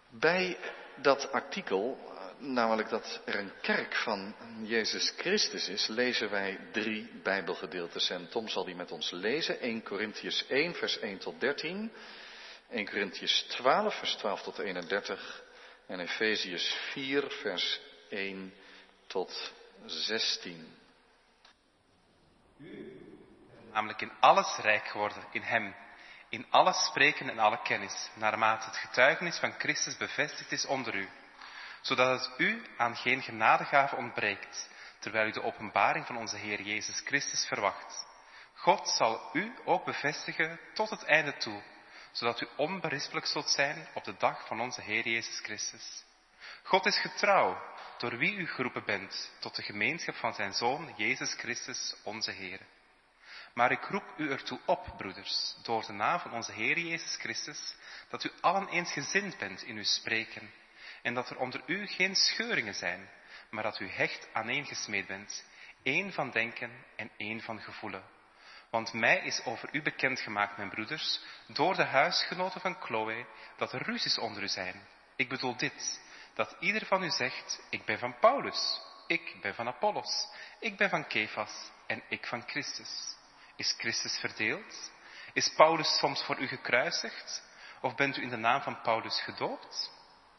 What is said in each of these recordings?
Bij dat artikel, namelijk dat er een kerk van Jezus Christus is, lezen wij 3 Bijbelgedeeltes. En Tom zal die met ons lezen. 1 Korintiërs 1, vers 1 tot 13. 1 Korintiërs 12, vers 12 tot 31. En Efeziërs 4, vers 1 tot 16. Namelijk in alles rijk geworden, in hem. In alles spreken en alle kennis, naarmate het getuigenis van Christus bevestigd is onder u. Zodat het u aan geen genadegave ontbreekt, terwijl u de openbaring van onze Heer Jezus Christus verwacht. God zal u ook bevestigen tot het einde toe, zodat u onberispelijk zult zijn op de dag van onze Heer Jezus Christus. God is getrouw, door wie u geroepen bent, tot de gemeenschap van zijn Zoon Jezus Christus, onze Heer. Maar ik roep u ertoe op, broeders, door de naam van onze Heer Jezus Christus, dat u allen eensgezind bent in uw spreken, en dat er onder u geen scheuringen zijn, maar dat u hecht aaneengesmeed bent, één van denken en één van gevoelen. Want mij is over u bekendgemaakt, mijn broeders, door de huisgenoten van Chloe, dat er ruzies onder u zijn. Ik bedoel dit, dat ieder van u zegt, ik ben van Paulus, ik ben van Apollos, ik ben van Kefas en ik van Christus. Is Christus verdeeld? Is Paulus soms voor u gekruisigd? Of bent u in de naam van Paulus gedoopt?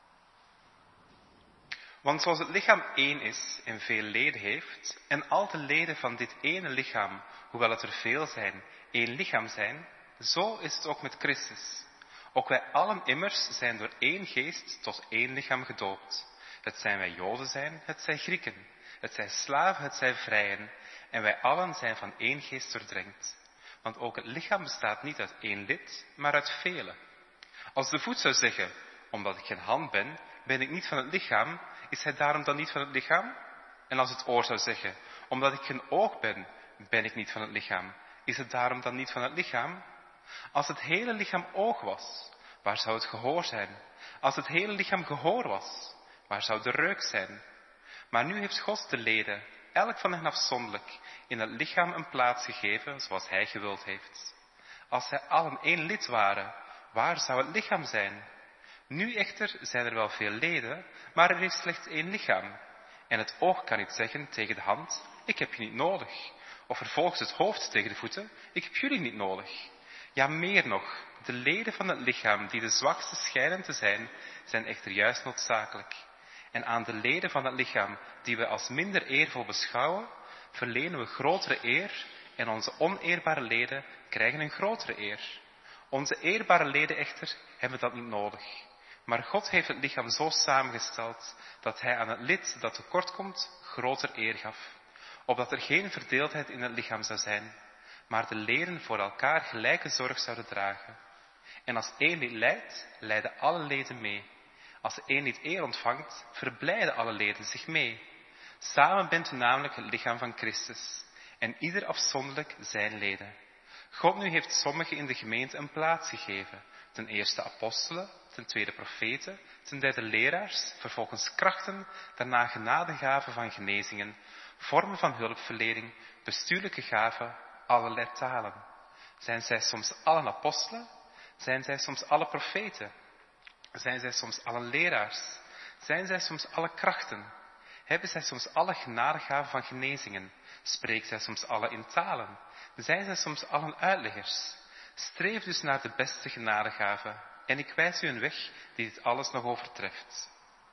Want zoals het lichaam één is en veel leden heeft, en al de leden van dit ene lichaam, hoewel het er veel zijn, één lichaam zijn, zo is het ook met Christus. Ook wij allen immers zijn door één geest tot één lichaam gedoopt. Het zijn wij Joden zijn, het zij Grieken, het zij slaven, het zij vrijen, en wij allen zijn van één geest doordrenkt. Want ook het lichaam bestaat niet uit één lid, maar uit vele. Als de voet zou zeggen, omdat ik geen hand ben, ben ik niet van het lichaam, is hij daarom dan niet van het lichaam? En als het oor zou zeggen, omdat ik geen oog ben, ben ik niet van het lichaam, is het daarom dan niet van het lichaam? Als het hele lichaam oog was, waar zou het gehoor zijn? Als het hele lichaam gehoor was, waar zou de reuk zijn? Maar nu heeft God de leden, elk van hen afzonderlijk, in het lichaam een plaats gegeven, zoals hij gewild heeft. Als zij allen één lid waren, waar zou het lichaam zijn? Nu echter zijn er wel veel leden, maar er is slechts één lichaam. En het oog kan niet zeggen tegen de hand, ik heb je niet nodig. Of vervolgens het hoofd tegen de voeten, ik heb jullie niet nodig. Ja, meer nog, de leden van het lichaam die de zwakste schijnen te zijn, zijn echter juist noodzakelijk. En aan de leden van het lichaam die we als minder eervol beschouwen, verlenen we grotere eer en onze oneerbare leden krijgen een grotere eer. Onze eerbare leden echter hebben dat niet nodig. Maar God heeft het lichaam zo samengesteld dat hij aan het lid dat tekort komt groter eer gaf. Opdat er geen verdeeldheid in het lichaam zou zijn, maar de leden voor elkaar gelijke zorg zouden dragen. En als één lid lijdt, lijden alle leden mee. Als één lid eer ontvangt, verblijden alle leden zich mee. Samen bent u namelijk het lichaam van Christus, en ieder afzonderlijk zijn leden. God nu heeft sommigen in de gemeente een plaats gegeven. Ten eerste apostelen, ten tweede profeten, ten derde leraars, vervolgens krachten, daarna genadegaven van genezingen, vormen van hulpverlening, bestuurlijke gaven, allerlei talen. Zijn zij soms allen apostelen? Zijn zij soms alle profeten? Zijn zij soms alle leraars? Zijn zij soms alle krachten? Hebben zij soms alle genadegaven van genezingen? Spreken zij soms alle in talen? Zijn zij soms allen uitleggers? Streef dus naar de beste genadegave, en ik wijs u een weg die dit alles nog overtreft.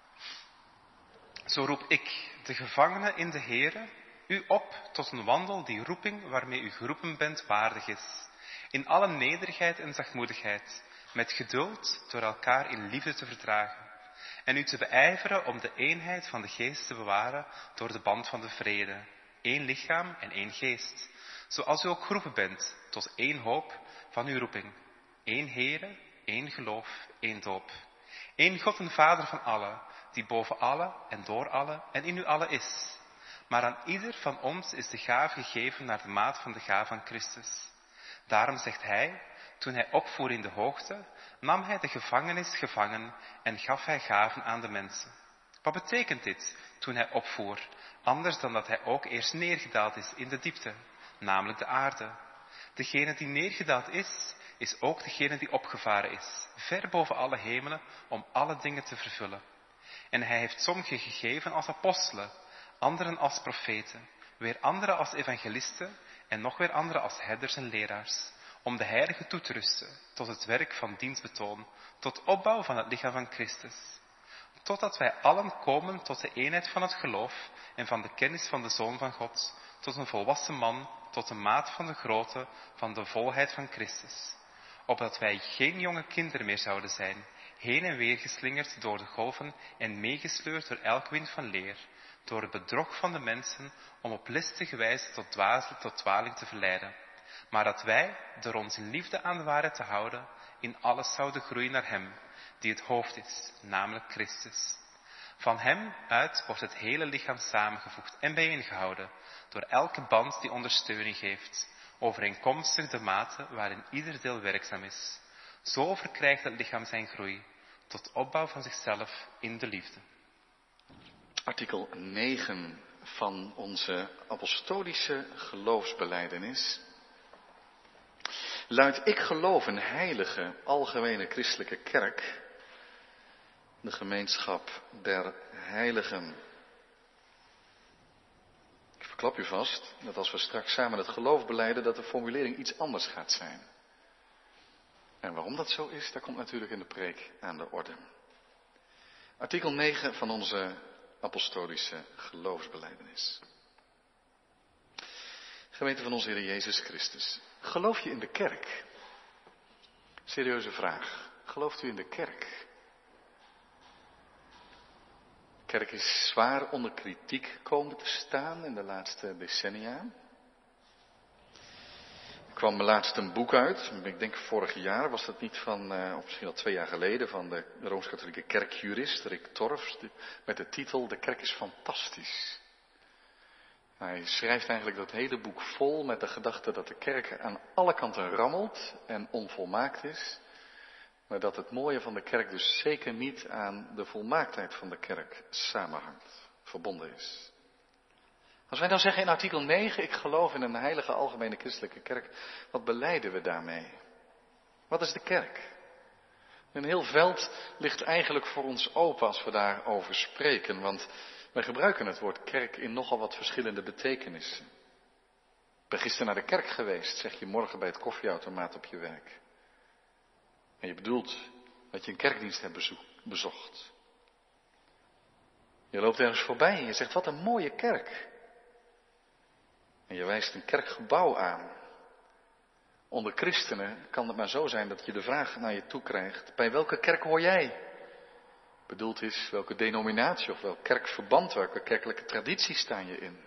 Zo roep ik, de gevangene in de Heere, u op tot een wandel die roeping waarmee u geroepen bent waardig is. In alle nederigheid en zachtmoedigheid, met geduld door elkaar in liefde te verdragen. En u te beijveren om de eenheid van de geest te bewaren door de band van de vrede. Eén lichaam en één geest. Zoals u ook geroepen bent tot één hoop van uw roeping. Eén Heere, één geloof, één doop. Eén God en Vader van allen, die boven alle en door alle en in u allen is. Maar aan ieder van ons is de gave gegeven naar de maat van de gave van Christus. Daarom zegt hij, toen hij opvoer in de hoogte, nam hij de gevangenis gevangen en gaf hij gaven aan de mensen. Wat betekent dit, toen hij opvoer, anders dan dat hij ook eerst neergedaald is in de diepte, namelijk de aarde. Degene die neergedaald is, is ook degene die opgevaren is, ver boven alle hemelen, om alle dingen te vervullen. En hij heeft sommigen gegeven als apostelen, anderen als profeten, weer anderen als evangelisten en nog weer anderen als herders en leraars, om de heiligen toe te rusten tot het werk van dienstbetoon, tot opbouw van het lichaam van Christus. Totdat wij allen komen tot de eenheid van het geloof en van de kennis van de Zoon van God, tot een volwassen man, tot de maat van de grootte van de volheid van Christus. Opdat wij geen jonge kinderen meer zouden zijn, heen en weer geslingerd door de golven en meegesleurd door elk wind van leer, door het bedrog van de mensen, om op listige wijze tot dwaling te verleiden. Maar dat wij, door onze liefde aan de waarheid te houden, in alles zouden groeien naar Hem, die het hoofd is, namelijk Christus. Van Hem uit wordt het hele lichaam samengevoegd en bijeengehouden, door elke band die ondersteuning geeft, overeenkomstig de mate waarin ieder deel werkzaam is. Zo verkrijgt het lichaam zijn groei, tot opbouw van zichzelf in de liefde. Artikel 9 van onze apostolische geloofsbelijdenis luidt: ik geloof een heilige, algemene christelijke kerk, de gemeenschap der heiligen. Ik verklap u vast dat als we straks samen het geloof belijden, dat de formulering iets anders gaat zijn. En waarom dat zo is, dat komt natuurlijk in de preek aan de orde. Artikel 9 van onze apostolische geloofsbelijdenis. Gemeente van onze Heer Jezus Christus. Geloof je in de kerk? Serieuze vraag. Gelooft u in de kerk? De kerk is zwaar onder kritiek komen te staan in de laatste decennia. Er kwam laatst een boek uit, ik denk vorig jaar, was dat niet van, of misschien al 2 jaar geleden, van de Rooms-Katholieke kerkjurist Rick Torfs, met de titel De kerk is fantastisch. Hij schrijft eigenlijk dat hele boek vol met de gedachte dat de kerk aan alle kanten rammelt en onvolmaakt is, maar dat het mooie van de kerk dus zeker niet aan de volmaaktheid van de kerk samenhangt, verbonden is. Als wij dan zeggen in artikel 9, ik geloof in een heilige algemene christelijke kerk, wat belijden we daarmee? Wat is de kerk? Een heel veld ligt eigenlijk voor ons open als we daarover spreken, want wij gebruiken het woord kerk in nogal wat verschillende betekenissen. Ik ben gisteren naar de kerk geweest, zeg je morgen bij het koffieautomaat op je werk. En je bedoelt dat je een kerkdienst hebt bezocht. Je loopt ergens voorbij en je zegt, wat een mooie kerk. En je wijst een kerkgebouw aan. Onder christenen kan het maar zo zijn dat je de vraag naar je toe krijgt, bij welke kerk hoor jij? Bedoeld is, welke denominatie of welk kerkverband, welke kerkelijke traditie sta je in?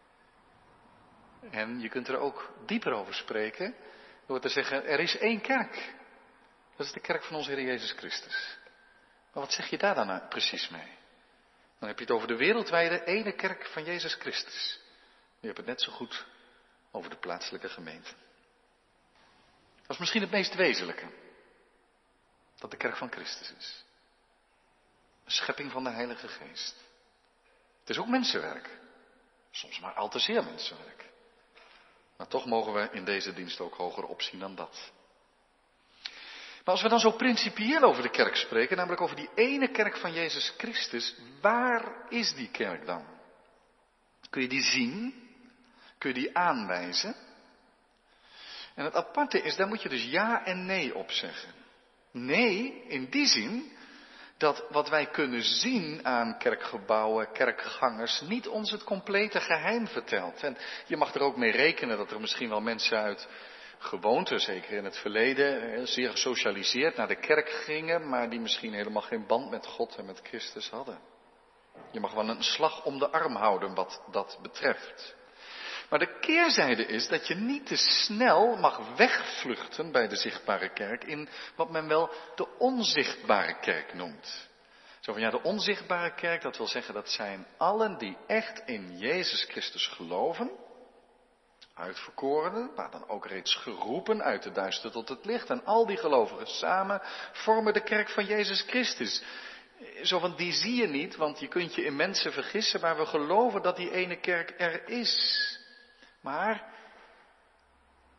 En je kunt er ook dieper over spreken, door te zeggen, er is 1 kerk. Dat is de kerk van onze Heer Jezus Christus. Maar wat zeg je daar dan precies mee? Dan heb je het over de wereldwijde ene kerk van Jezus Christus. Je hebt het net zo goed over de plaatselijke gemeente. Dat is misschien het meest wezenlijke. Dat de kerk van Christus is. Een schepping van de Heilige Geest. Het is ook mensenwerk. Soms maar al te zeer mensenwerk. Maar toch mogen we in deze dienst ook hoger opzien dan dat. Maar als we dan zo principieel over de kerk spreken, namelijk over die ene kerk van Jezus Christus, waar is die kerk dan? Kun je die zien? Kun je die aanwijzen? En het aparte is, daar moet je dus ja en nee op zeggen. Nee, in die zin dat wat wij kunnen zien aan kerkgebouwen, kerkgangers, niet ons het complete geheim vertelt. En je mag er ook mee rekenen dat er misschien wel mensen uit gewoonte, zeker in het verleden, zeer gesocialiseerd naar de kerk gingen, maar die misschien helemaal geen band met God en met Christus hadden. Je mag wel een slag om de arm houden wat dat betreft. Maar de keerzijde is dat je niet te snel mag wegvluchten bij de zichtbare kerk in wat men wel de onzichtbare kerk noemt. Zo van ja, de onzichtbare kerk, dat wil zeggen dat zijn allen die echt in Jezus Christus geloven, uitverkorenen, maar dan ook reeds geroepen uit de duister tot het licht. En al die gelovigen samen vormen de kerk van Jezus Christus. Zo van, die zie je niet, want je kunt je in mensen vergissen, maar we geloven dat die ene kerk er is. Maar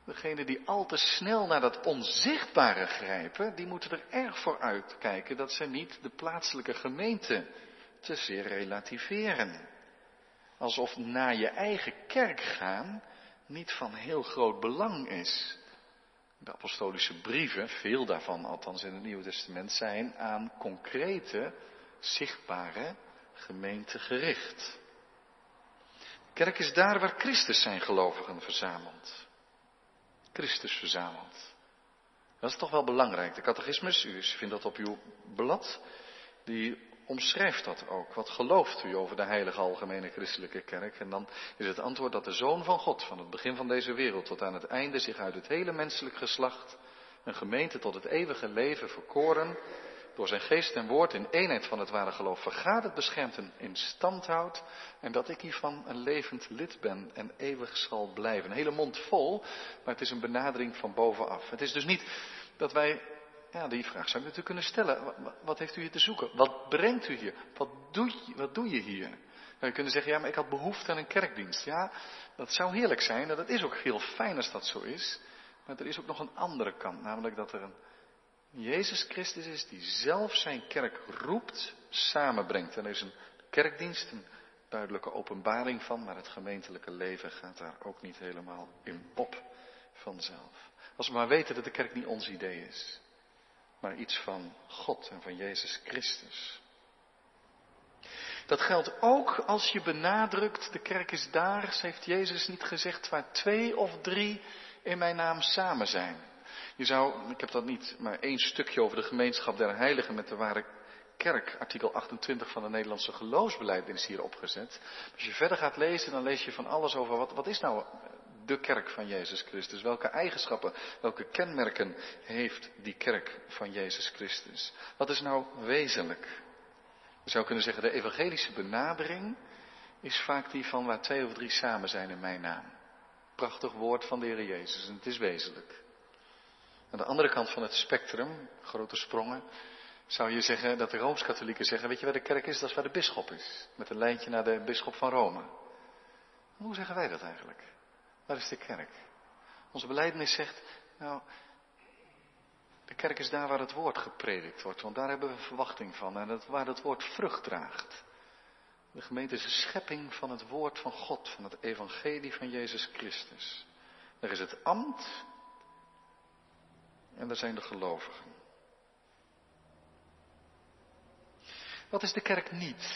Degenen die al te snel naar dat onzichtbare grijpen, die moeten er erg voor uitkijken dat ze niet de plaatselijke gemeente te zeer relativeren. Alsof naar je eigen kerk gaan niet van heel groot belang is. De apostolische brieven, veel daarvan althans in het Nieuwe Testament, zijn aan concrete, zichtbare gemeenten gericht. De kerk is daar waar Christus zijn gelovigen verzamelt. Christus verzamelt. Dat is toch wel belangrijk. De catechismus, u vindt dat op uw blad, die omschrijft dat ook. Wat gelooft u over de heilige algemene christelijke kerk? En dan is het antwoord dat de Zoon van God van het begin van deze wereld tot aan het einde zich uit het hele menselijk geslacht, een gemeente tot het eeuwige leven verkoren, door zijn geest en woord in eenheid van het ware geloof vergaderd, beschermt en in stand houdt, en dat ik hiervan een levend lid ben en eeuwig zal blijven. Een hele mond vol, maar het is een benadering van bovenaf. Het is dus niet dat wij, ja, die vraag zou ik natuurlijk kunnen stellen. Wat heeft u hier te zoeken? Wat brengt u hier? Wat doe je hier? Nou, je kunt zeggen, ja, maar ik had behoefte aan een kerkdienst. Ja, dat zou heerlijk zijn en dat is ook heel fijn als dat zo is. Maar er is ook nog een andere kant, namelijk dat er een Jezus Christus is die zelf zijn kerk roept, samenbrengt. En er is een kerkdienst, een duidelijke openbaring van, maar het gemeentelijke leven gaat daar ook niet helemaal in op vanzelf. Als we maar weten dat de kerk niet ons idee is, maar iets van God en van Jezus Christus. Dat geldt ook als je benadrukt, de kerk is daar, heeft Jezus niet gezegd, waar 2 of 3 in mijn naam samen zijn. Je zou, ik heb dat niet, maar 1 stukje over de gemeenschap der heiligen met de ware kerk, artikel 28 van de Nederlandse geloofsbelijdenis hier opgezet. Als je verder gaat lezen, dan lees je van alles over wat is nou de kerk van Jezus Christus? Welke eigenschappen, welke kenmerken heeft die kerk van Jezus Christus? Wat is nou wezenlijk? Je zou kunnen zeggen, de evangelische benadering is vaak die van waar 2 of 3 samen zijn in mijn naam. Prachtig woord van de Heer Jezus en het is wezenlijk. Aan de andere kant van het spectrum, grote sprongen, zou je zeggen dat de Rooms-Katholieken zeggen, weet je waar de kerk is? Dat is waar de bisschop is. Met een lijntje naar de bisschop van Rome. Hoe zeggen wij dat eigenlijk? Waar is de kerk? Onze belijdenis zegt, nou, de kerk is daar waar het woord gepredikt wordt, want daar hebben we verwachting van. En waar het woord vrucht draagt. De gemeente is een schepping van het woord van God, van het evangelie van Jezus Christus. Er is het ambt en er zijn de gelovigen. Wat is de kerk niet?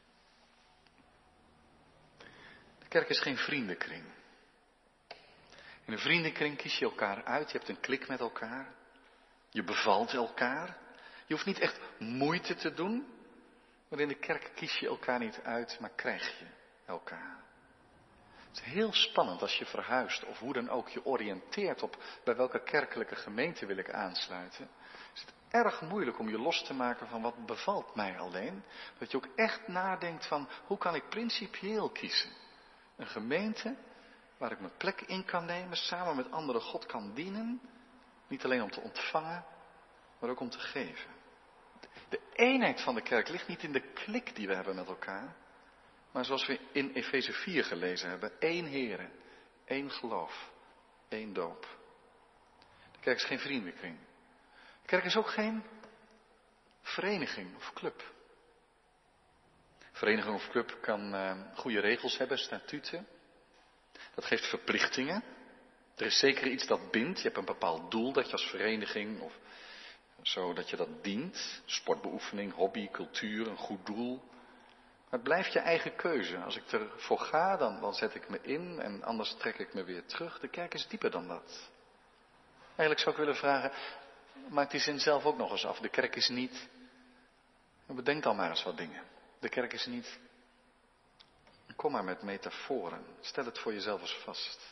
De kerk is geen vriendenkring. In een vriendenkring kies je elkaar uit, je hebt een klik met elkaar. Je bevalt elkaar. Je hoeft niet echt moeite te doen. Maar in de kerk kies je elkaar niet uit, maar krijg je elkaar. Het is heel spannend als je verhuist of hoe dan ook je oriënteert op bij welke kerkelijke gemeente wil ik aansluiten. Is het erg moeilijk om je los te maken van wat bevalt mij alleen. Dat je ook echt nadenkt van hoe kan ik principieel kiezen. Een gemeente waar ik mijn plek in kan nemen, samen met anderen God kan dienen. Niet alleen om te ontvangen, maar ook om te geven. De eenheid van de kerk ligt niet in de klik die we hebben met elkaar. Maar zoals we in Efeze 4 gelezen hebben, 1 Here, 1 geloof, 1 doop. De kerk is geen vriendenkring. De kerk is ook geen vereniging of club. Vereniging of club kan goede regels hebben, statuten. Dat geeft verplichtingen. Er is zeker iets dat bindt. Je hebt een bepaald doel dat je als vereniging of zo dat je dat dient. Sportbeoefening, hobby, cultuur, een goed doel. Maar het blijft je eigen keuze. Als ik ervoor ga, dan zet ik me in en anders trek ik me weer terug. De kerk is dieper dan dat. Eigenlijk zou ik willen vragen, maak die zin zelf ook nog eens af. De kerk is niet, bedenk dan maar eens wat dingen. De kerk is niet, kom maar met metaforen. Stel het voor jezelf eens vast.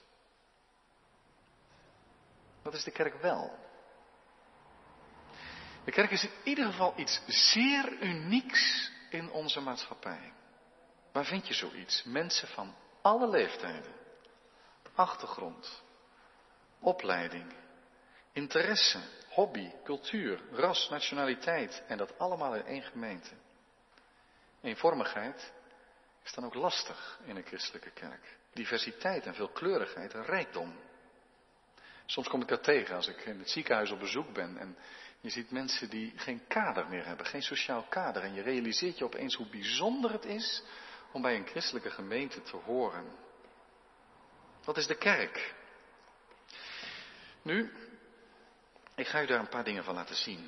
Wat is de kerk wel? De kerk is in ieder geval iets zeer unieks in onze maatschappij. Waar vind je zoiets? Mensen van alle leeftijden, achtergrond, opleiding, interesse, hobby, cultuur, ras, nationaliteit en dat allemaal in 1 gemeente. Eenvormigheid is dan ook lastig in een christelijke kerk. Diversiteit en veelkleurigheid en rijkdom. Soms kom ik dat tegen als ik in het ziekenhuis op bezoek ben en je ziet mensen die geen kader meer hebben, geen sociaal kader. En je realiseert je opeens hoe bijzonder het is om bij een christelijke gemeente te horen. Wat is de kerk? Nu, ik ga u daar een paar dingen van laten zien.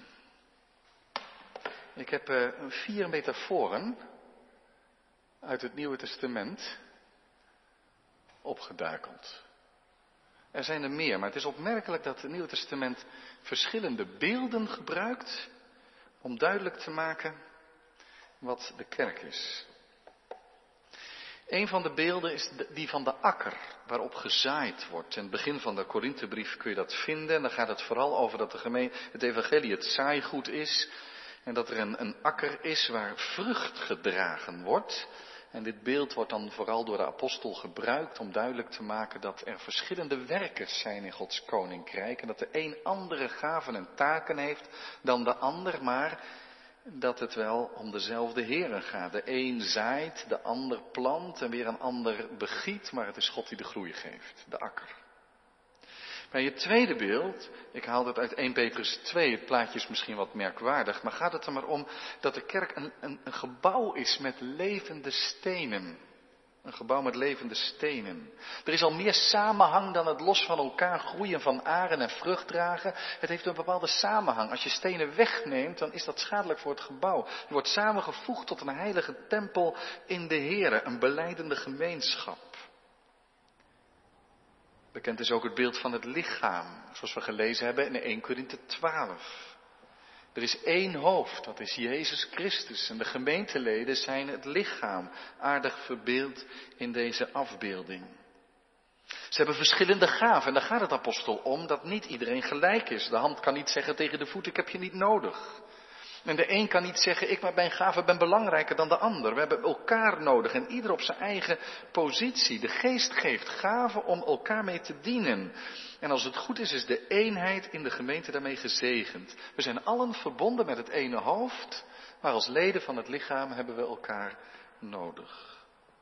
Ik heb 4 metaforen uit het Nieuwe Testament opgeduikeld. Er zijn er meer, maar het is opmerkelijk dat het Nieuwe Testament verschillende beelden gebruikt om duidelijk te maken wat de kerk is. Een van de beelden is die van de akker, waarop gezaaid wordt. In het begin van de Korinthebrief kun je dat vinden. En dan gaat het vooral over dat het evangelie het zaaigoed is. En dat er een akker is waar vrucht gedragen wordt. En dit beeld wordt dan vooral door de apostel gebruikt om duidelijk te maken dat er verschillende werkers zijn in Gods koninkrijk. En dat de een andere gaven en taken heeft dan de ander, maar dat het wel om dezelfde Heeren gaat. De een zaait, de ander plant en weer een ander begiet, maar het is God die de groei geeft, de akker. Bij het tweede beeld, ik haal het uit 1 Petrus 2, het plaatje is misschien wat merkwaardig, maar gaat het er maar om dat de kerk een gebouw is met levende stenen. Een gebouw met levende stenen. Er is al meer samenhang dan het los van elkaar groeien van aren en vrucht dragen. Het heeft een bepaalde samenhang. Als je stenen wegneemt, dan is dat schadelijk voor het gebouw. Je wordt samengevoegd tot een heilige tempel in de Here, een belijdende gemeenschap. Bekend is ook het beeld van het lichaam, zoals we gelezen hebben in 1 Korinthe 12. Er is 1 hoofd, dat is Jezus Christus. En de gemeenteleden zijn het lichaam, aardig verbeeld in deze afbeelding. Ze hebben verschillende gaven en daar gaat het apostel om dat niet iedereen gelijk is. De hand kan niet zeggen tegen de voet, ik heb je niet nodig. En de een kan niet zeggen, ik met mijn gave ben belangrijker dan de ander. We hebben elkaar nodig en ieder op zijn eigen positie. De geest geeft gaven om elkaar mee te dienen. En als het goed is, is de eenheid in de gemeente daarmee gezegend. We zijn allen verbonden met het ene hoofd, maar als leden van het lichaam hebben we elkaar nodig.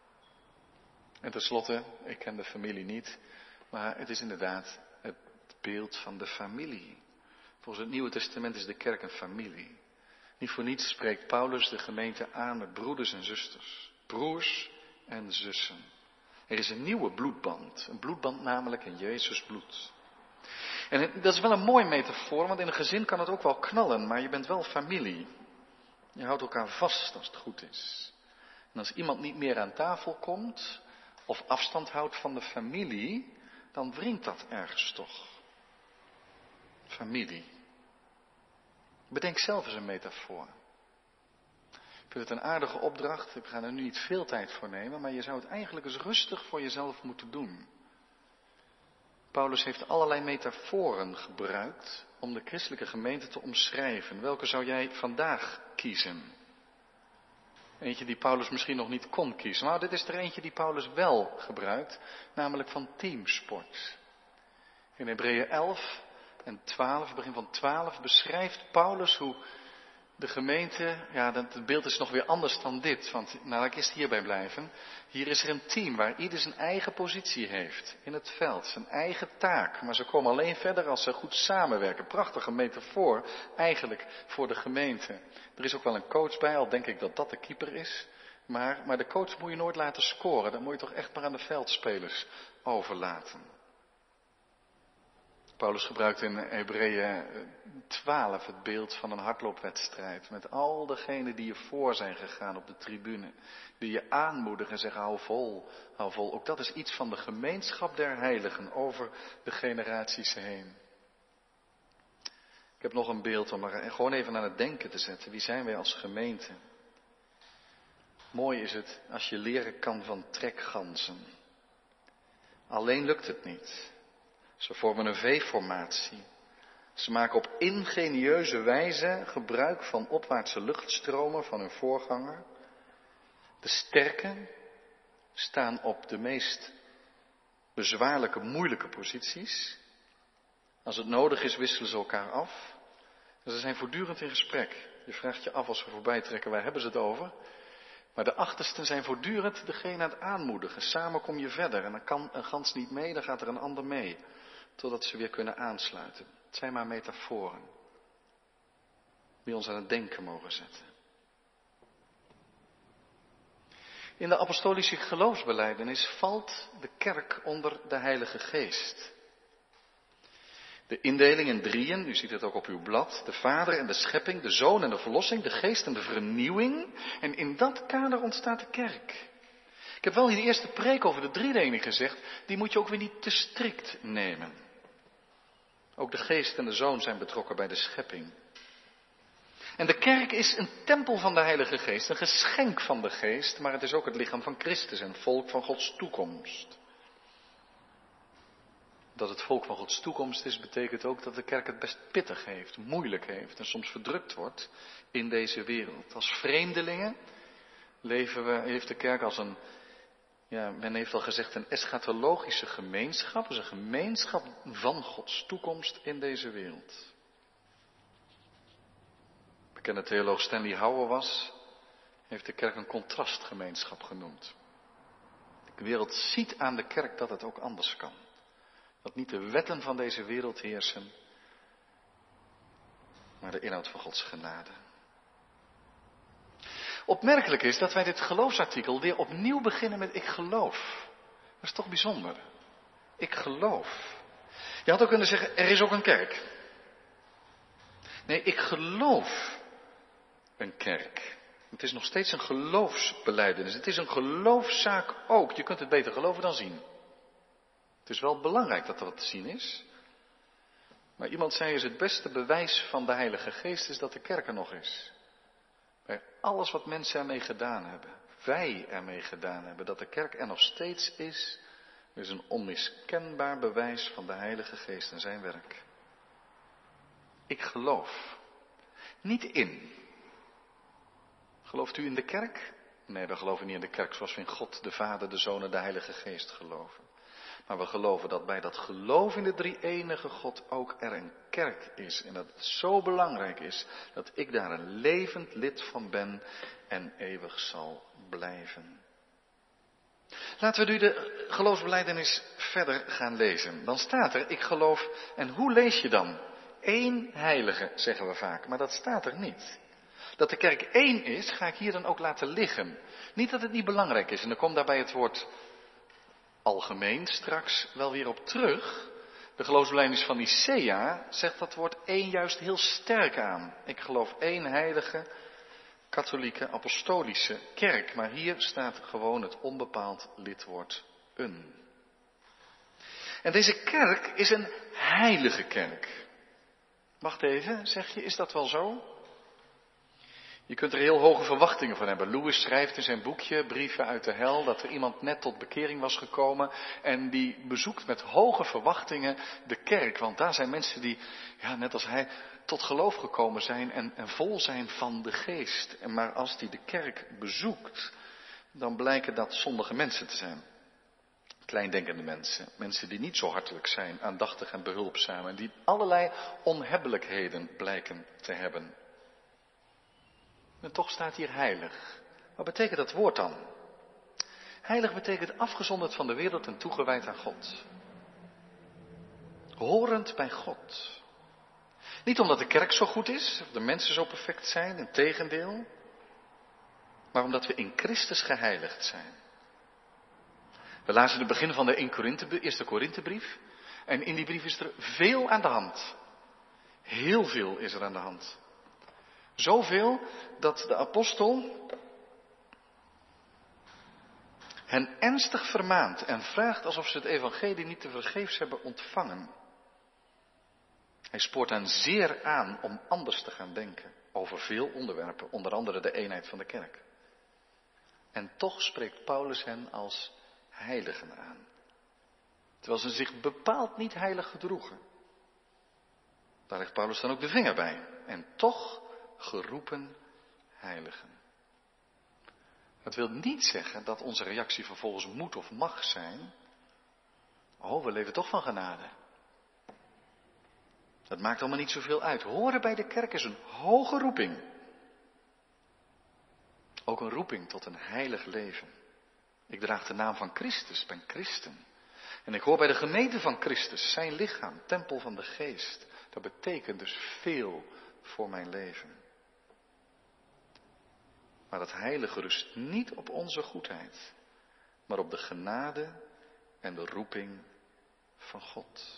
En tenslotte, ik ken de familie niet, maar het is inderdaad het beeld van de familie. Volgens het Nieuwe Testament is de kerk een familie. Niet voor niets spreekt Paulus de gemeente aan met broeders en zusters. Broers en zussen. Er is een nieuwe bloedband. Een bloedband namelijk in Jezus bloed. En dat is wel een mooie metafoor, want in een gezin kan het ook wel knallen, maar je bent wel familie. Je houdt elkaar vast als het goed is. En als iemand niet meer aan tafel komt, of afstand houdt van de familie, dan wringt dat ergens toch. Familie. Bedenk zelf eens een metafoor. Ik vind het een aardige opdracht. Ik ga er nu niet veel tijd voor nemen, maar je zou het eigenlijk eens rustig voor jezelf moeten doen. Paulus heeft allerlei metaforen gebruikt om de christelijke gemeente te omschrijven. Welke zou jij vandaag kiezen? Eentje die Paulus misschien nog niet kon kiezen. Nou, dit is er eentje die Paulus wel gebruikt, namelijk van teamsport. In Hebreeën 11 en 12, begin van 12, beschrijft Paulus hoe de gemeente, ja, het beeld is nog weer anders dan dit, want laat ik eerst hierbij blijven. Hier is er een team waar ieder zijn eigen positie heeft in het veld, zijn eigen taak. Maar ze komen alleen verder als ze goed samenwerken. Prachtige metafoor eigenlijk voor de gemeente. Er is ook wel een coach bij, al denk ik dat dat de keeper is. Maar de coach moet je nooit laten scoren, dat moet je toch echt maar aan de veldspelers overlaten. Paulus gebruikt in Hebreeën 12 het beeld van een hardloopwedstrijd. Met al degenen die je voor zijn gegaan op de tribune. Die je aanmoedigen en zeggen hou vol, hou vol. Ook dat is iets van de gemeenschap der heiligen over de generaties heen. Ik heb nog een beeld om er gewoon even aan het denken te zetten. Wie zijn wij als gemeente? Mooi is het als je leren kan van trekganzen. Alleen lukt het niet. Ze vormen een V-formatie. Ze maken op ingenieuze wijze gebruik van opwaartse luchtstromen van hun voorganger. De sterken staan op de meest bezwaarlijke, moeilijke posities. Als het nodig is, wisselen ze elkaar af. En ze zijn voortdurend in gesprek. Je vraagt je af als we voorbij trekken, waar hebben ze het over? Maar de achtersten zijn voortdurend degene aan het aanmoedigen. Samen kom je verder en dan kan een gans niet mee, dan gaat er een ander mee. totdat ze weer kunnen aansluiten. Het zijn maar metaforen die ons aan het denken mogen zetten. In de apostolische geloofsbelijdenis valt de kerk onder de Heilige Geest. De indeling in drieën, u ziet het ook op uw blad, de Vader en de schepping, de Zoon en de verlossing, de Geest en de vernieuwing. En in dat kader ontstaat de kerk. Ik heb wel in de eerste preek over de driedeling gezegd, die moet je ook weer niet te strikt nemen. Ook de Geest en de Zoon zijn betrokken bij de schepping. En de kerk is een tempel van de Heilige Geest, een geschenk van de Geest, maar het is ook het lichaam van Christus en volk van Gods toekomst. Dat het volk van Gods toekomst is, betekent ook dat de kerk het best pittig heeft, moeilijk heeft en soms verdrukt wordt in deze wereld. Als vreemdelingen heeft de kerk als een, men heeft al gezegd, een eschatologische gemeenschap. Dus een gemeenschap van Gods toekomst in deze wereld. Bekende theoloog Stanley Hauerwas heeft de kerk een contrastgemeenschap genoemd. De wereld ziet aan de kerk dat het ook anders kan. Dat niet de wetten van deze wereld heersen, maar de inhoud van Gods genade. Opmerkelijk is dat wij dit geloofsartikel weer opnieuw beginnen met ik geloof. Dat is toch bijzonder. Ik geloof. Je had ook kunnen zeggen, er is ook een kerk. Nee, ik geloof een kerk. Het is nog steeds een geloofsbelijdenis. Het is een geloofszaak ook. Je kunt het beter geloven dan zien. Het is wel belangrijk dat er wat te zien is. Maar iemand zei, is het beste bewijs van de Heilige Geest is dat de kerk er nog is. Bij alles wat mensen ermee gedaan hebben, wij ermee gedaan hebben, dat de kerk er nog steeds is een onmiskenbaar bewijs van de Heilige Geest en zijn werk. Ik geloof. Niet in. Gelooft u in de kerk? Nee, we geloven niet in de kerk zoals we in God, de Vader, de Zoon en de Heilige Geest geloven. Maar we geloven dat bij dat geloof in de drie-enige God ook er een kerk is. En dat het zo belangrijk is dat ik daar een levend lid van ben en eeuwig zal blijven. Laten we nu de geloofsbelijdenis verder gaan lezen. Dan staat er, ik geloof, en hoe lees je dan? Eén heilige, zeggen we vaak, maar dat staat er niet. Dat de kerk één is, ga ik hier dan ook laten liggen. Niet dat het niet belangrijk is, en dan komt daarbij het woord algemeen straks wel weer op terug. De geloofsbelijdenis van Nicea zegt dat woord één juist heel sterk aan. Ik geloof één heilige, katholieke, apostolische kerk. Maar hier staat gewoon het onbepaald lidwoord een. En deze kerk is een heilige kerk. Wacht even, zeg je, is dat wel zo? Je kunt er heel hoge verwachtingen van hebben. Lewis schrijft in zijn boekje, Brieven uit de Hel, dat er iemand net tot bekering was gekomen en die bezoekt met hoge verwachtingen de kerk. Want daar zijn mensen die, net als hij, tot geloof gekomen zijn en vol zijn van de geest. Maar als die de kerk bezoekt, dan blijken dat zondige mensen te zijn. Kleindenkende mensen. Mensen die niet zo hartelijk zijn, aandachtig en behulpzaam en die allerlei onhebbelijkheden blijken te hebben. En toch staat hier heilig. Wat betekent dat woord dan? Heilig betekent afgezonderd van de wereld en toegewijd aan God. Horend bij God. Niet omdat de kerk zo goed is, of de mensen zo perfect zijn, integendeel. Maar omdat we in Christus geheiligd zijn. We lazen het begin van de eerste Korinthebrief. En in die brief is er veel aan de hand. Heel veel is er aan de hand. Zoveel dat de apostel hen ernstig vermaant en vraagt alsof ze het evangelie niet tevergeefs hebben ontvangen. Hij spoort hen zeer aan om anders te gaan denken over veel onderwerpen, onder andere de eenheid van de kerk. En toch spreekt Paulus hen als heiligen aan. Terwijl ze zich bepaald niet heilig gedroegen. Daar legt Paulus dan ook de vinger bij. En toch geroepen heiligen. Dat wil niet zeggen dat onze reactie vervolgens moet of mag zijn. Oh, we leven toch van genade. Dat maakt allemaal niet zoveel uit. Horen bij de kerk is een hoge roeping. Ook een roeping tot een heilig leven. Ik draag de naam van Christus, ben christen. En ik hoor bij de gemeente van Christus, zijn lichaam, tempel van de geest. Dat betekent dus veel voor mijn leven. Maar het heilige rust niet op onze goedheid, maar op de genade en de roeping van God.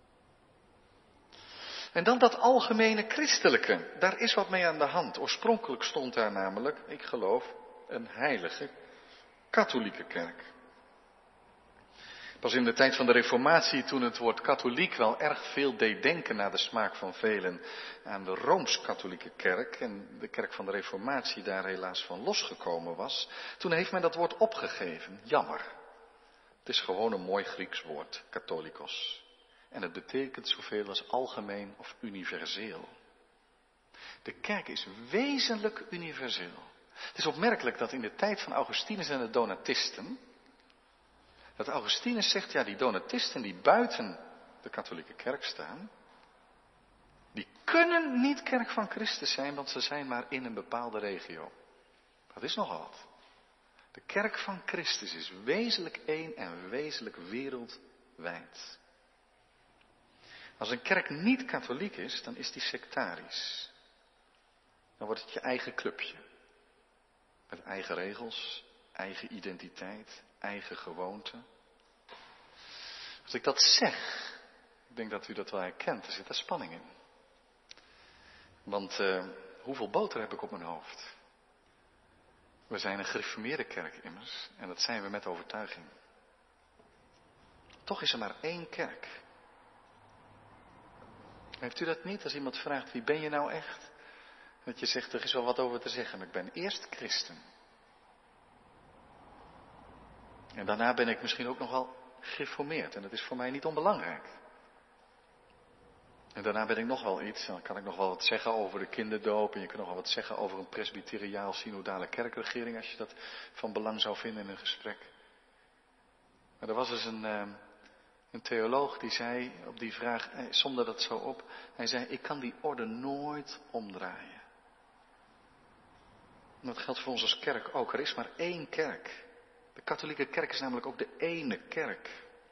En dan dat algemene christelijke, daar is wat mee aan de hand. Oorspronkelijk stond daar namelijk, ik geloof, een heilige katholieke kerk. Pas in de tijd van de Reformatie, toen het woord katholiek wel erg veel deed denken naar de smaak van velen aan de Rooms-katholieke kerk en de kerk van de Reformatie daar helaas van losgekomen was, toen heeft men dat woord opgegeven. Jammer. Het is gewoon een mooi Grieks woord, katholikos. En het betekent zoveel als algemeen of universeel. De kerk is wezenlijk universeel. Het is opmerkelijk dat in de tijd van Augustinus en de Donatisten, dat Augustinus zegt, ja, die Donatisten die buiten de katholieke kerk staan, die kunnen niet kerk van Christus zijn, want ze zijn maar in een bepaalde regio. Dat is nogal wat. De kerk van Christus is wezenlijk één en wezenlijk wereldwijd. Als een kerk niet katholiek is, dan is die sectarisch. Dan wordt het je eigen clubje. Met eigen regels, eigen identiteit, eigen gewoonten. Als ik dat zeg, ik denk dat u dat wel herkent, er zit daar spanning in. Want hoeveel boter heb ik op mijn hoofd? We zijn een gereformeerde kerk immers, en dat zijn we met overtuiging. Toch is er maar één kerk. Heeft u dat niet als iemand vraagt, wie ben je nou echt? Dat je zegt, er is wel wat over te zeggen, maar ik ben eerst christen. En daarna ben ik misschien ook nog wel gereformeerd. En dat is voor mij niet onbelangrijk. En daarna ben ik nog wel iets. Dan kan ik nog wel wat zeggen over de kinderdoop. En je kunt nog wel wat zeggen over een presbyteriaal synodale kerkregering. Als je dat van belang zou vinden in een gesprek. Maar er was dus een theoloog die zei op die vraag, hij somde dat zo op. Hij zei, ik kan die orde nooit omdraaien. En dat geldt voor ons als kerk ook. Er is maar één kerk. De katholieke kerk is namelijk ook de ene kerk.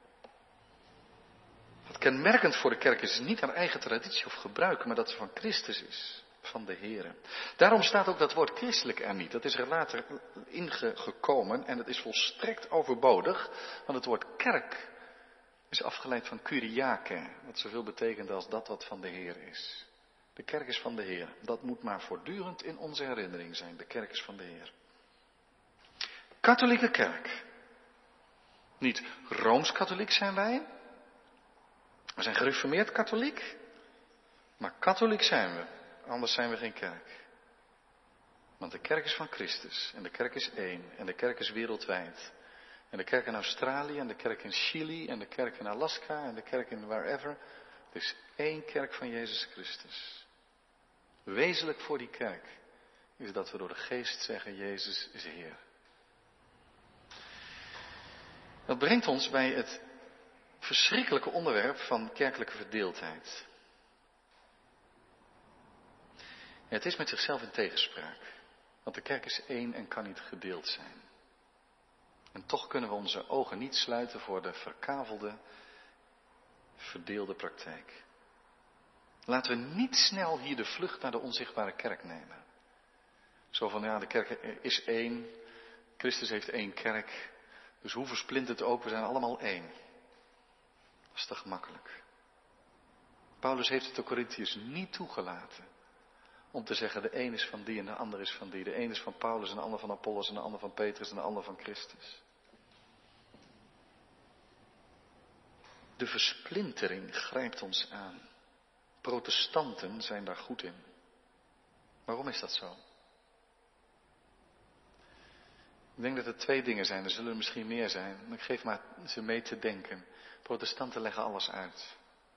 Wat kenmerkend voor de kerk is niet haar eigen traditie of gebruik, maar dat ze van Christus is, van de Here. Daarom staat ook dat woord christelijk er niet. Dat is er later ingekomen en het is volstrekt overbodig, want het woord kerk is afgeleid van kuriake, wat zoveel betekent als dat wat van de Heer is. De kerk is van de Heer. Dat moet maar voortdurend in onze herinnering zijn. De kerk is van de Heer. Katholieke kerk. Niet Rooms-katholiek zijn wij. We zijn gereformeerd katholiek. Maar katholiek zijn we. Anders zijn we geen kerk. Want de kerk is van Christus. En de kerk is één. En de kerk is wereldwijd. En de kerk in Australië. En de kerk in Chili. En de kerk in Alaska. En de kerk in wherever. Er is één kerk van Jezus Christus. Wezenlijk voor die kerk is dat we door de geest zeggen, Jezus is Heer. Dat brengt ons bij het verschrikkelijke onderwerp van kerkelijke verdeeldheid. Ja, het is met zichzelf in tegenspraak. Want de kerk is één en kan niet gedeeld zijn. En toch kunnen we onze ogen niet sluiten voor de verkavelde, verdeelde praktijk. Laten we niet snel hier de vlucht naar de onzichtbare kerk nemen. Zo van, ja, de kerk is één. Christus heeft één kerk. Dus hoe versplinterd het ook, we zijn allemaal één. Dat is te gemakkelijk. Paulus heeft het de Korintiërs niet toegelaten. Om te zeggen, de een is van die en de ander is van die. De een is van Paulus en de ander van Apollos en de ander van Petrus en de ander van Christus. De versplintering grijpt ons aan. Protestanten zijn daar goed in. Waarom is dat zo? Ik denk dat er twee dingen zijn, er zullen er misschien meer zijn. Ik geef maar ze mee te denken. Protestanten leggen alles uit.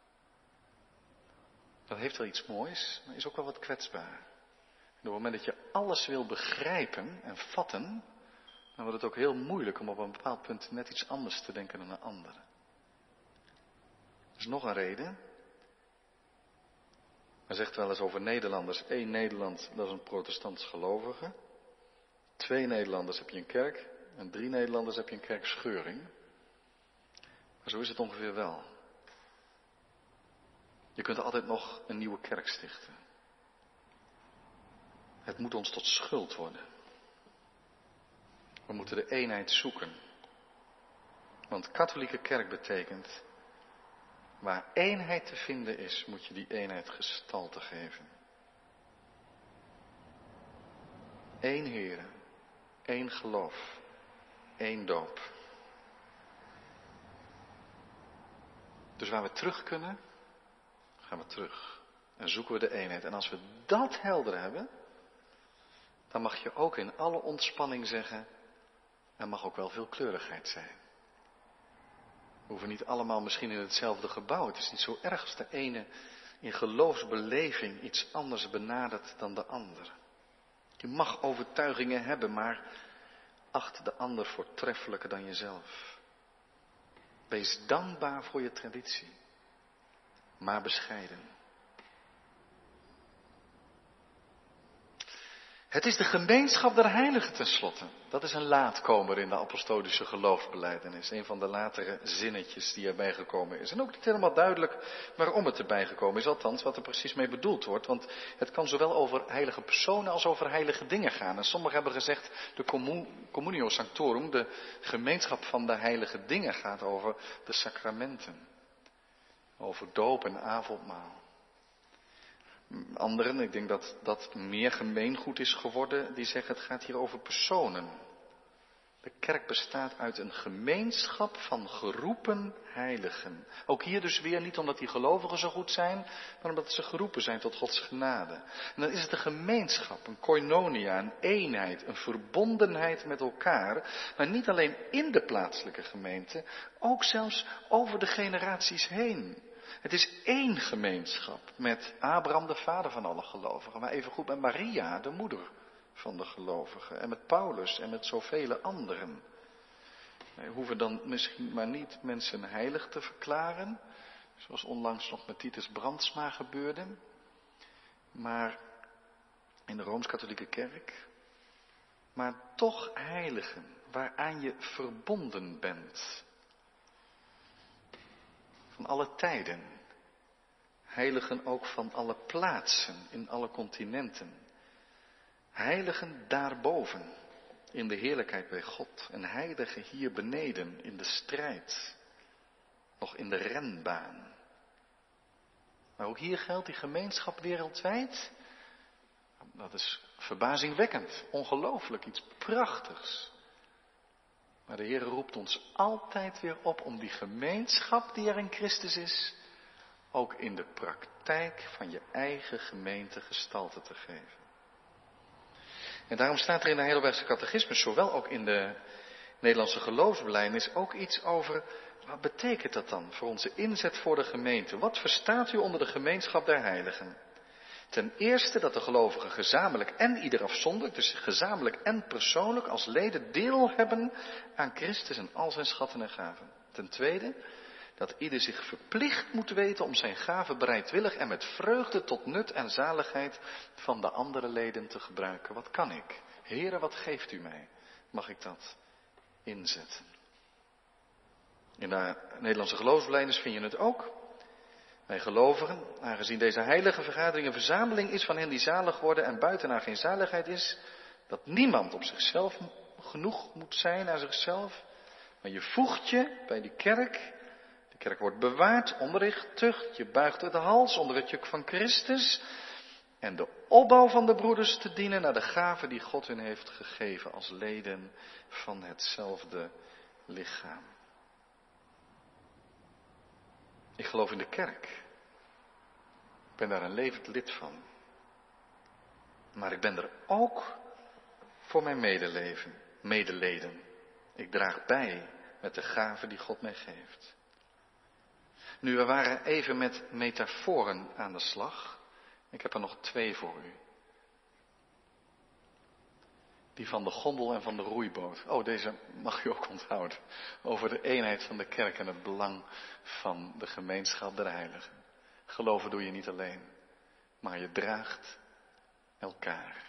Dat heeft wel iets moois, maar is ook wel wat kwetsbaar. En op het moment dat je alles wil begrijpen en vatten, dan wordt het ook heel moeilijk om op een bepaald punt net iets anders te denken dan een ander. Er is nog een reden. Men zegt wel eens over Nederlanders, 1 Nederland, dat is een protestants gelovige. 2 Nederlanders heb je een kerk en 3 Nederlanders heb je een kerkscheuring. Maar zo is het ongeveer wel. Je kunt altijd nog een nieuwe kerk stichten. Het moet ons tot schuld worden. We moeten de eenheid zoeken. Want katholieke kerk betekent, waar eenheid te vinden is, moet je die eenheid gestalte geven. Eén Heere, één geloof, één doop. Dus waar we terug kunnen, gaan we terug. En zoeken we de eenheid. En als we dat helder hebben, dan mag je ook in alle ontspanning zeggen, er mag ook wel veelkleurigheid zijn. We hoeven niet allemaal misschien in hetzelfde gebouw. Het is niet zo erg als de ene in geloofsbeleving iets anders benadert dan de ander. Je mag overtuigingen hebben, maar acht de ander voortreffelijker dan jezelf. Wees dankbaar voor je traditie, maar bescheiden. Het is de gemeenschap der heiligen tenslotte. Dat is een laatkomer in de apostolische geloofsbelijdenis. Een van de latere zinnetjes die erbij gekomen is. En ook niet helemaal duidelijk waarom het erbij gekomen is. Althans, wat er precies mee bedoeld wordt. Want het kan zowel over heilige personen als over heilige dingen gaan. En sommigen hebben gezegd, de communio sanctorum, de gemeenschap van de heilige dingen, gaat over de sacramenten. Over doop en avondmaal. Anderen, ik denk dat dat meer gemeengoed is geworden, die zeggen het gaat hier over personen. De kerk bestaat uit een gemeenschap van geroepen heiligen. Ook hier dus weer niet omdat die gelovigen zo goed zijn, maar omdat ze geroepen zijn tot Gods genade. En dan is het een gemeenschap, een koinonia, een eenheid, een verbondenheid met elkaar. Maar niet alleen in de plaatselijke gemeente, ook zelfs over de generaties heen. Het is één gemeenschap met Abraham, de vader van alle gelovigen, maar evengoed met Maria, de moeder van de gelovigen, en met Paulus en met zoveel anderen. Wij hoeven dan misschien maar niet mensen heilig te verklaren, zoals onlangs nog met Titus Brandsma gebeurde, maar in de Rooms-Katholieke Kerk, maar toch heiligen, waaraan je verbonden bent. Van alle tijden. Heiligen ook van alle plaatsen, in alle continenten. Heiligen daarboven, in de heerlijkheid bij God. En heiligen hier beneden, in de strijd. Nog in de renbaan. Maar ook hier geldt die gemeenschap wereldwijd. Dat is verbazingwekkend, ongelooflijk, iets prachtigs. Maar de Heer roept ons altijd weer op om die gemeenschap die er in Christus is, ook in de praktijk van je eigen gemeente gestalte te geven. En daarom staat er in de Heidelbergse Catechismus, zowel ook in de Nederlandse geloofsbelijdenis, ook iets over, wat betekent dat dan voor onze inzet voor de gemeente? Wat verstaat u onder de gemeenschap der heiligen? Ten eerste dat de gelovigen gezamenlijk en ieder afzonderlijk, dus gezamenlijk en persoonlijk als leden deel hebben aan Christus en al zijn schatten en gaven. Ten tweede dat ieder zich verplicht moet weten om zijn gaven bereidwillig en met vreugde tot nut en zaligheid van de andere leden te gebruiken. Wat kan ik? Heere, wat geeft u mij? Mag ik dat inzetten? In de Nederlandse geloofsbelijdenis vind je het ook. Wij gelovigen, aangezien deze heilige vergadering een verzameling is van hen die zalig worden en buitenaar geen zaligheid is, dat niemand op zichzelf genoeg moet zijn aan zichzelf, maar je voegt je bij die kerk. De kerk wordt bewaard, onderricht, tucht, je buigt de hals onder het juk van Christus en de opbouw van de broeders te dienen naar de gaven die God hun heeft gegeven als leden van hetzelfde lichaam. Ik geloof in de kerk. Ik ben daar een levend lid van. Maar ik ben er ook voor mijn medeleden. Ik draag bij met de gaven die God mij geeft. Nu, we waren even met metaforen aan de slag. Ik heb er nog 2 voor u. Die van de gondel en van de roeiboot. Oh, deze mag u ook onthouden. Over de eenheid van de kerk en het belang van de gemeenschap der heiligen. Geloven doe je niet alleen, maar je draagt elkaar.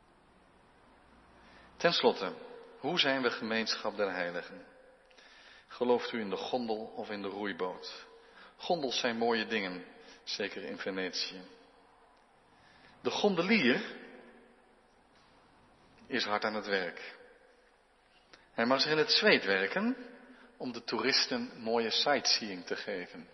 Ten slotte, hoe zijn we gemeenschap der heiligen? Gelooft u in de gondel of in de roeiboot? Gondels zijn mooie dingen, zeker in Venetië. De gondelier is hard aan het werk. Hij mag zich in het zweet werken om de toeristen mooie sightseeing te geven.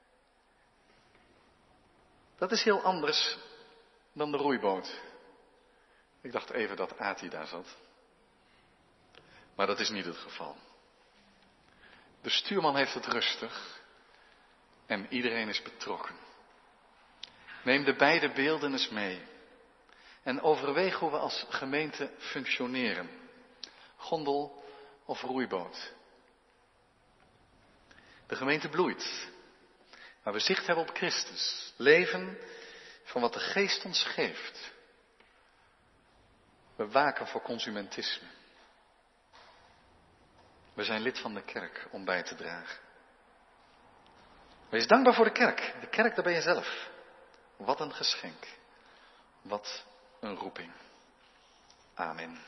Dat is heel anders dan de roeiboot. Ik dacht even dat Ati daar zat. Maar dat is niet het geval. De stuurman heeft het rustig en iedereen is betrokken. Neem de beide beelden eens mee en overweeg hoe we als gemeente functioneren. Gondel of roeiboot. De gemeente bloeit, maar we zicht hebben op Christus. Leven van wat de Geest ons geeft. We waken voor consumentisme. We zijn lid van de kerk om bij te dragen. Wees dankbaar voor de kerk. De kerk, daar ben je zelf. Wat een geschenk. Wat een roeping. Amen.